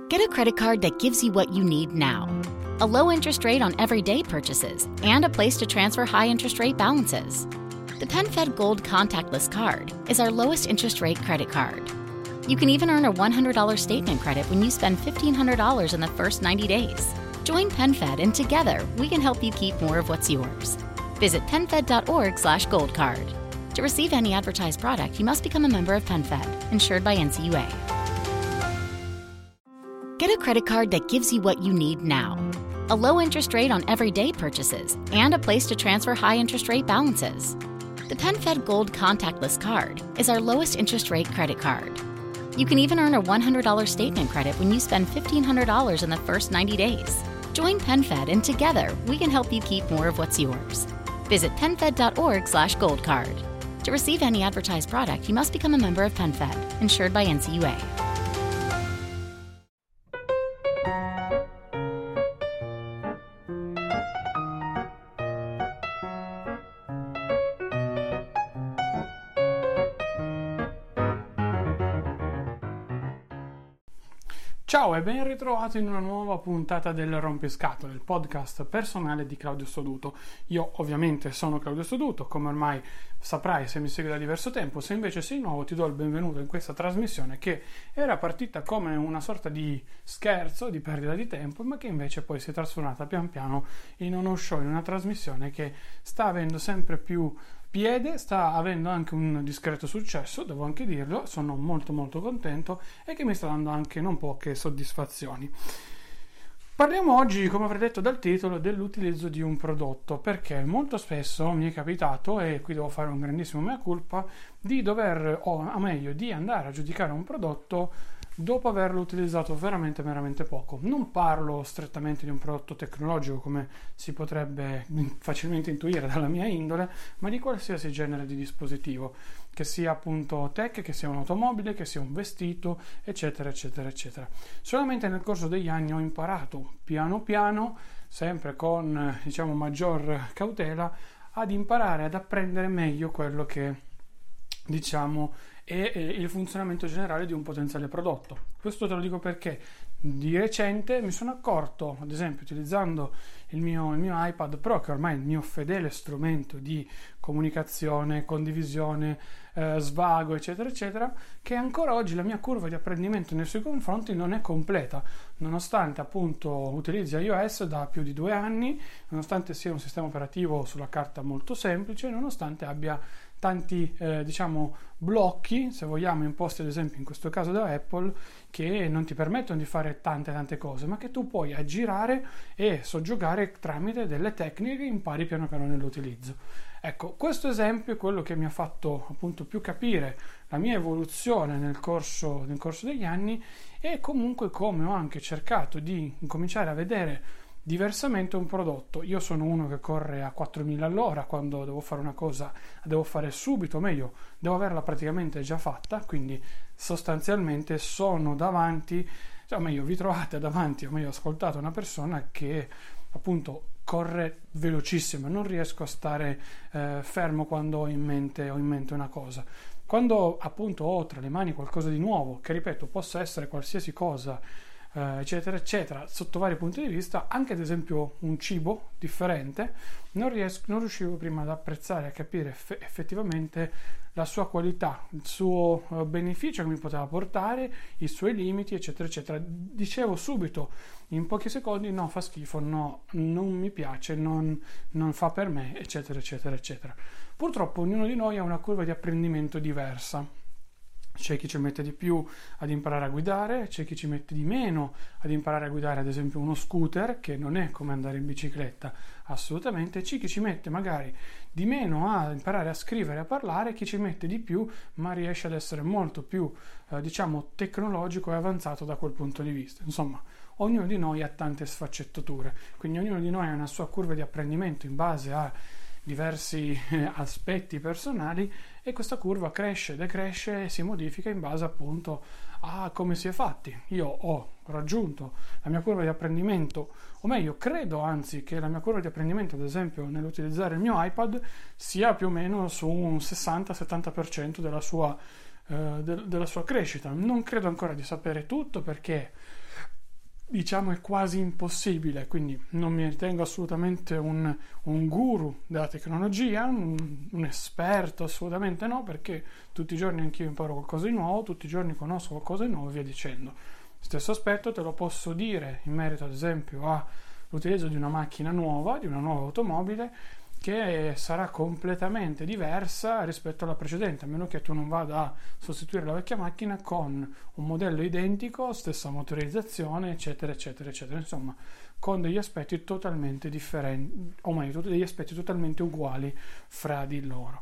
Get a credit card that gives you what you need now. A low interest rate on everyday purchases and a place to transfer high interest rate balances. The PenFed Gold Contactless Card is our lowest interest rate credit card. You can even earn a $100 statement credit when you spend $1,500 in the first 90 days. Join PenFed and together we can help you keep more of what's yours. Visit PenFed.org/goldcard. To receive any advertised product, you must become a member of PenFed, insured by NCUA. Get a credit card that gives you what you need now. A low interest rate on everyday purchases and a place to transfer high interest rate balances. The PenFed Gold Contactless Card is our lowest interest rate credit card. You can even earn a $100 statement credit when you spend $1,500 in the first 90 days. Join PenFed and together we can help you keep more of what's yours. Visit PenFed.org/goldcard. To receive any advertised product, you must become a member of PenFed, insured by NCUA. Ciao e ben ritrovato in una nuova puntata del Rompiscatole, il podcast personale di Claudio Stoduto. Io ovviamente sono Claudio Stoduto, come ormai saprai se mi segui da diverso tempo. Se invece sei nuovo ti do il benvenuto in questa trasmissione che era partita come una sorta di scherzo, di perdita di tempo, ma che invece poi si è trasformata pian piano in uno show, in una trasmissione che sta avendo sempre più piede, sta avendo anche un discreto successo, devo anche dirlo, sono molto contento e che mi sta dando anche non poche soddisfazioni. Parliamo oggi, come avrei detto dal titolo, dell'utilizzo di un prodotto, perché molto spesso mi è capitato, e qui devo fare un grandissimo mea culpa, di dover, o meglio, di andare a giudicare un prodotto dopo averlo utilizzato veramente poco. Non parlo strettamente di un prodotto tecnologico, come si potrebbe facilmente intuire dalla mia indole, ma di qualsiasi genere di dispositivo, che sia appunto tech, che sia un'automobile, che sia un vestito, eccetera. Solamente nel corso degli anni ho imparato piano piano, sempre con maggior cautela, ad imparare ad apprendere meglio quello che e il funzionamento generale di un potenziale prodotto. Questo te lo dico perché di recente mi sono accorto, ad esempio utilizzando il mio iPad Pro, che ormai è il mio fedele strumento di comunicazione, condivisione, svago, eccetera, che ancora oggi la mia curva di apprendimento nei suoi confronti non è completa, nonostante appunto utilizzi iOS da più di 2 anni, nonostante sia un sistema operativo sulla carta molto semplice, nonostante abbia tanti blocchi, se vogliamo, imposti ad esempio in questo caso da Apple, che non ti permettono di fare tante cose, ma che tu puoi aggirare e soggiogare tramite delle tecniche che impari piano piano nell'utilizzo. Ecco, questo esempio è quello che mi ha fatto appunto più capire la mia evoluzione nel corso degli anni, e comunque come ho anche cercato di incominciare a vedere diversamente un prodotto. Io sono uno che corre a 4000 all'ora quando devo fare una cosa, devo fare subito, meglio, devo averla praticamente già fatta, quindi sostanzialmente sono davanti, meglio, vi trovate davanti, o meglio, ascoltate una persona che appunto corre velocissimo, non riesco a stare fermo quando ho in mente una cosa. Quando appunto ho tra le mani qualcosa di nuovo, che ripeto possa essere qualsiasi cosa, eccetera, sotto vari punti di vista, anche ad esempio un cibo differente, non riuscivo prima ad apprezzare e a capire effettivamente la sua qualità, il suo beneficio che mi poteva portare, i suoi limiti, eccetera. Dicevo subito in pochi secondi: no, fa schifo, no, non mi piace, non fa per me, eccetera. Purtroppo ognuno di noi ha una curva di apprendimento diversa. C'è chi ci mette di più ad imparare a guidare, c'è chi ci mette di meno ad imparare a guidare ad esempio uno scooter, che non è come andare in bicicletta assolutamente, c'è chi ci mette magari di meno a imparare a scrivere e a parlare, chi ci mette di più ma riesce ad essere molto più tecnologico e avanzato da quel punto di vista. Insomma, ognuno di noi ha tante sfaccettature, quindi ognuno di noi ha una sua curva di apprendimento in base a diversi aspetti personali, e questa curva cresce, decresce e si modifica in base appunto a come si è fatti. Io ho raggiunto la mia curva di apprendimento, o meglio credo anzi che la mia curva di apprendimento ad esempio nell'utilizzare il mio iPad sia più o meno su un 60-70% della sua crescita. Non credo ancora di sapere tutto, perché diciamo è quasi impossibile, quindi non mi ritengo assolutamente un guru della tecnologia, un esperto, assolutamente no, perché tutti i giorni anch'io imparo qualcosa di nuovo, tutti i giorni conosco qualcosa di nuovo e via dicendo. Stesso aspetto te lo posso dire in merito ad esempio all'utilizzo di una macchina nuova, di una nuova automobile, che sarà completamente diversa rispetto alla precedente, a meno che tu non vada a sostituire la vecchia macchina con un modello identico, stessa motorizzazione, eccetera, eccetera, eccetera, insomma, con degli aspetti totalmente differenti, o meglio, degli aspetti totalmente uguali fra di loro.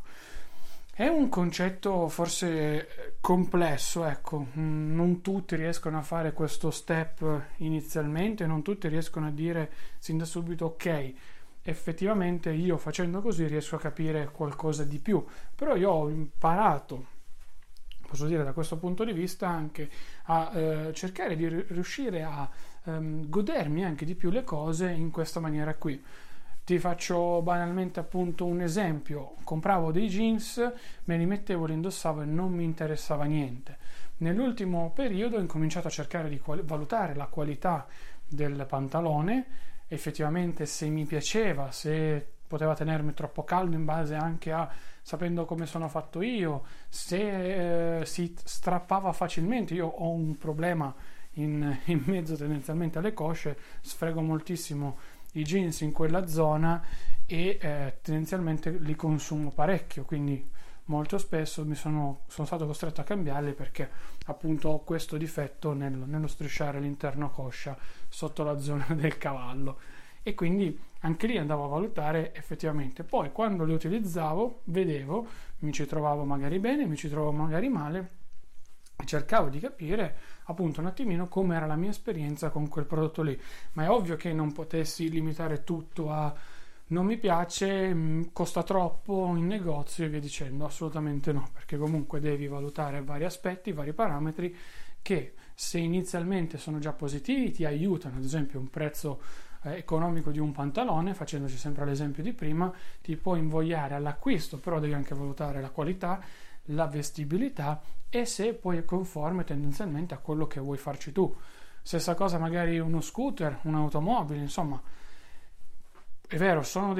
È un concetto forse complesso, ecco, non tutti riescono a fare questo step inizialmente, non tutti riescono a dire sin da subito ok, effettivamente io facendo così riesco a capire qualcosa di più, però io ho imparato, posso dire da questo punto di vista, anche a cercare di riuscire a godermi anche di più le cose in questa maniera qui. Ti faccio banalmente appunto un esempio: compravo dei jeans, me li mettevo, li indossavo e non mi interessava niente. Nell'ultimo periodo ho incominciato a cercare di valutare la qualità del pantalone, effettivamente se mi piaceva, se poteva tenermi troppo caldo in base anche a sapendo come sono fatto io, se si strappava facilmente. Io ho un problema in mezzo tendenzialmente alle cosce, sfrego moltissimo i jeans in quella zona e tendenzialmente li consumo parecchio, quindi molto spesso sono stato costretto a cambiarli perché appunto ho questo difetto nello strisciare l'interno coscia sotto la zona del cavallo, e quindi anche lì andavo a valutare effettivamente. Poi quando li utilizzavo vedevo, mi ci trovavo magari bene, mi ci trovavo magari male, e cercavo di capire appunto un attimino come era la mia esperienza con quel prodotto lì. Ma è ovvio che non potessi limitare tutto a non mi piace, costa troppo in negozio e via dicendo, assolutamente no, perché comunque devi valutare vari aspetti, vari parametri che, se inizialmente sono già positivi, ti aiutano. Ad esempio un prezzo economico di un pantalone, facendoci sempre l'esempio di prima, ti può invogliare all'acquisto, però devi anche valutare la qualità, la vestibilità e se poi è conforme tendenzialmente a quello che vuoi farci tu. Stessa cosa magari uno scooter, un'automobile, insomma. È vero, sono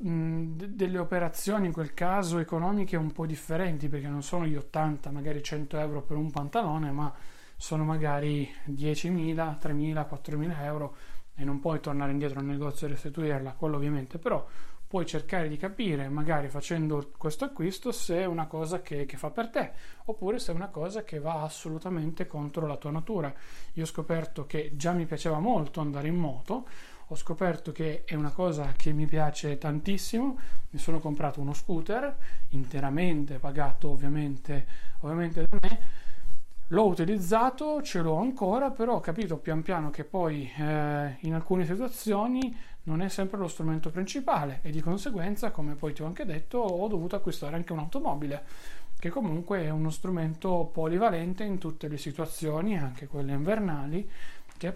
delle operazioni in quel caso economiche un po' differenti, perché non sono gli 80, magari 100 euro per un pantalone, ma sono magari 10.000, 3.000, 4.000 euro, e non puoi tornare indietro al negozio e restituirla, quello ovviamente, però puoi cercare di capire, magari facendo questo acquisto, se è una cosa che fa per te, oppure se è una cosa che va assolutamente contro la tua natura. Io ho scoperto che già mi piaceva molto andare in moto, ho scoperto che è una cosa che mi piace tantissimo, mi sono comprato uno scooter interamente pagato ovviamente da me, l'ho utilizzato, ce l'ho ancora, però ho capito pian piano che poi in alcune situazioni non è sempre lo strumento principale, e di conseguenza, come poi ti ho anche detto, ho dovuto acquistare anche un'automobile, che comunque è uno strumento polivalente in tutte le situazioni, anche quelle invernali, che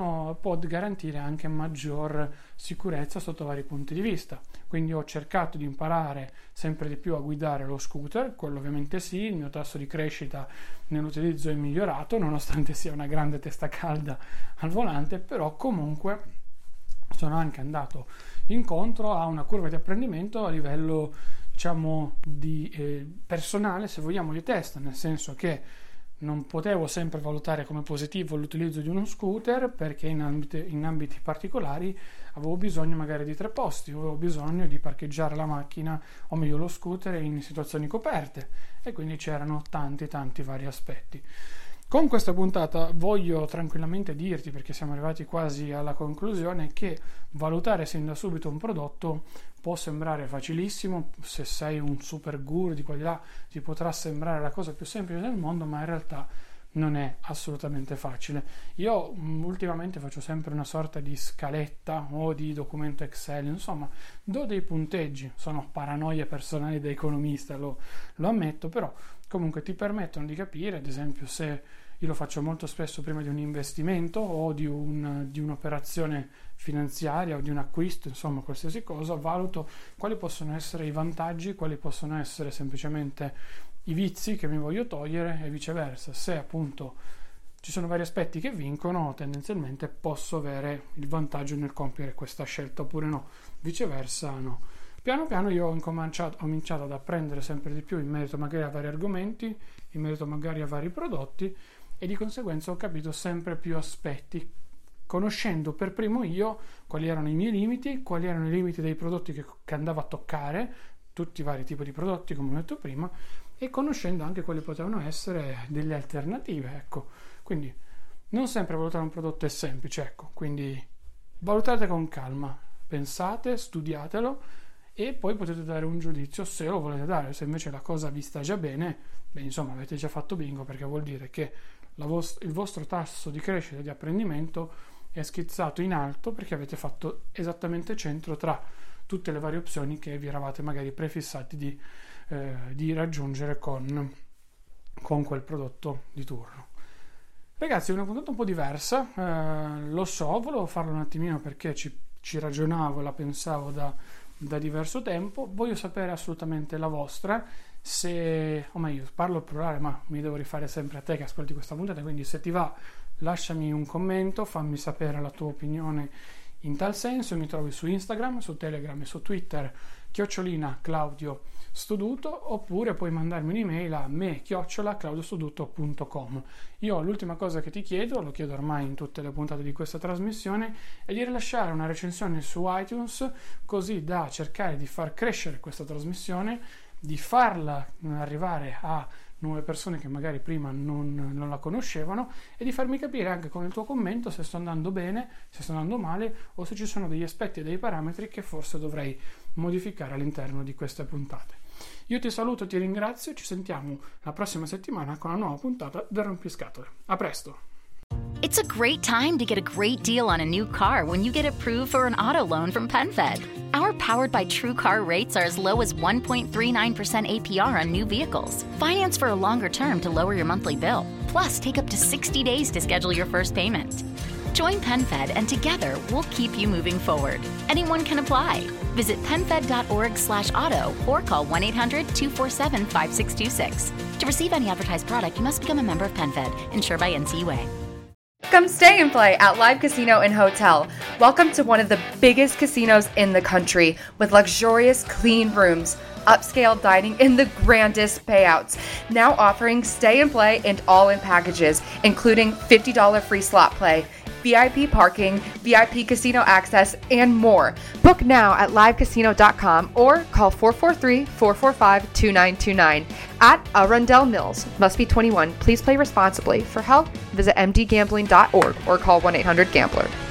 può garantire anche maggior sicurezza sotto vari punti di vista. Quindi ho cercato di imparare sempre di più a guidare lo scooter, quello ovviamente sì, il mio tasso di crescita nell'utilizzo è migliorato, nonostante sia una grande testa calda al volante, però comunque sono anche andato incontro a una curva di apprendimento a livello, diciamo, di personale, se vogliamo, di testa, nel senso che non potevo sempre valutare come positivo l'utilizzo di uno scooter, perché in ambiti particolari avevo bisogno magari di 3 posti, avevo bisogno di parcheggiare la macchina, o meglio lo scooter, in situazioni coperte, e quindi c'erano tanti vari aspetti. Con questa puntata voglio tranquillamente dirti, perché siamo arrivati quasi alla conclusione, che valutare sin da subito un prodotto può sembrare facilissimo. Se sei un super guru di qua di là ti potrà sembrare la cosa più semplice del mondo, ma in realtà non è assolutamente facile. Io ultimamente faccio sempre una sorta di scaletta o di documento Excel, insomma do dei punteggi, sono paranoie personali da economista, lo ammetto, però comunque ti permettono di capire, ad esempio, se io lo faccio molto spesso prima di un investimento o di un'operazione finanziaria o di un acquisto, insomma qualsiasi cosa, valuto quali possono essere i vantaggi, quali possono essere semplicemente i vizi che mi voglio togliere, e viceversa. Se appunto ci sono vari aspetti che vincono, tendenzialmente posso avere il vantaggio nel compiere questa scelta oppure no, viceversa no. Piano piano io ho cominciato ad apprendere sempre di più in merito magari a vari argomenti, in merito magari a vari prodotti, e di conseguenza ho capito sempre più aspetti, conoscendo per primo io quali erano i miei limiti, quali erano i limiti dei prodotti che andavo a toccare, tutti i vari tipi di prodotti come ho detto prima, e conoscendo anche quali potevano essere delle alternative, ecco. Quindi non sempre valutare un prodotto è semplice, ecco, quindi valutate con calma, pensate, studiatelo e poi potete dare un giudizio se lo volete dare. Se invece la cosa vi sta già bene, beh, insomma, avete già fatto bingo, perché vuol dire che il vostro tasso di crescita e di apprendimento è schizzato in alto, perché avete fatto esattamente centro tra tutte le varie opzioni che vi eravate magari prefissati di raggiungere con quel prodotto di turno. Ragazzi, è una puntata un po' diversa, lo so, volevo farlo un attimino perché ci ragionavo, la pensavo da diverso tempo. Voglio sapere assolutamente la vostra, o meglio, parlo al plurale, ma mi devo rifare sempre a te che ascolti questa puntata, quindi se ti va lasciami un commento, fammi sapere la tua opinione in tal senso. Mi trovi su Instagram, su Telegram e su Twitter @Claudio Stoduto, oppure puoi mandarmi un'email a me@claudiostoduto.com. Io l'ultima cosa che ti chiedo, lo chiedo ormai in tutte le puntate di questa trasmissione, è di rilasciare una recensione su iTunes, così da cercare di far crescere questa trasmissione, di farla arrivare a nuove persone che magari prima non la conoscevano, e di farmi capire anche con il tuo commento se sto andando bene, se sto andando male, o se ci sono degli aspetti e dei parametri che forse dovrei modificare all'interno di queste puntate. Io ti saluto, ti ringrazio, ci sentiamo la prossima settimana con una nuova puntata del Rompiscatole. A presto! It's a great time to get a great deal on a new car when you get approved for an auto loan from PenFed. Our Powered by True Car rates are as low as 1.39% APR on new vehicles. Finance for a longer term to lower your monthly bill. Plus, take up to 60 days to schedule your first payment. Join PenFed and together we'll keep you moving forward. Anyone can apply. Visit PenFed.org/auto or call 1-800-247-5626. To receive any advertised product, you must become a member of PenFed, insured by NCUA. Come stay and play at Live Casino and Hotel. Welcome to one of the biggest casinos in the country with luxurious, clean rooms, upscale dining, and the grandest payouts. Now offering stay and play and all-in packages, including $50 free slot play, VIP parking, VIP casino access, and more. Book now at livecasino.com or call 443-445-2929 at Arundel Mills. Must be 21. Please play responsibly. For help, visit mdgambling.org or call 1-800-GAMBLER.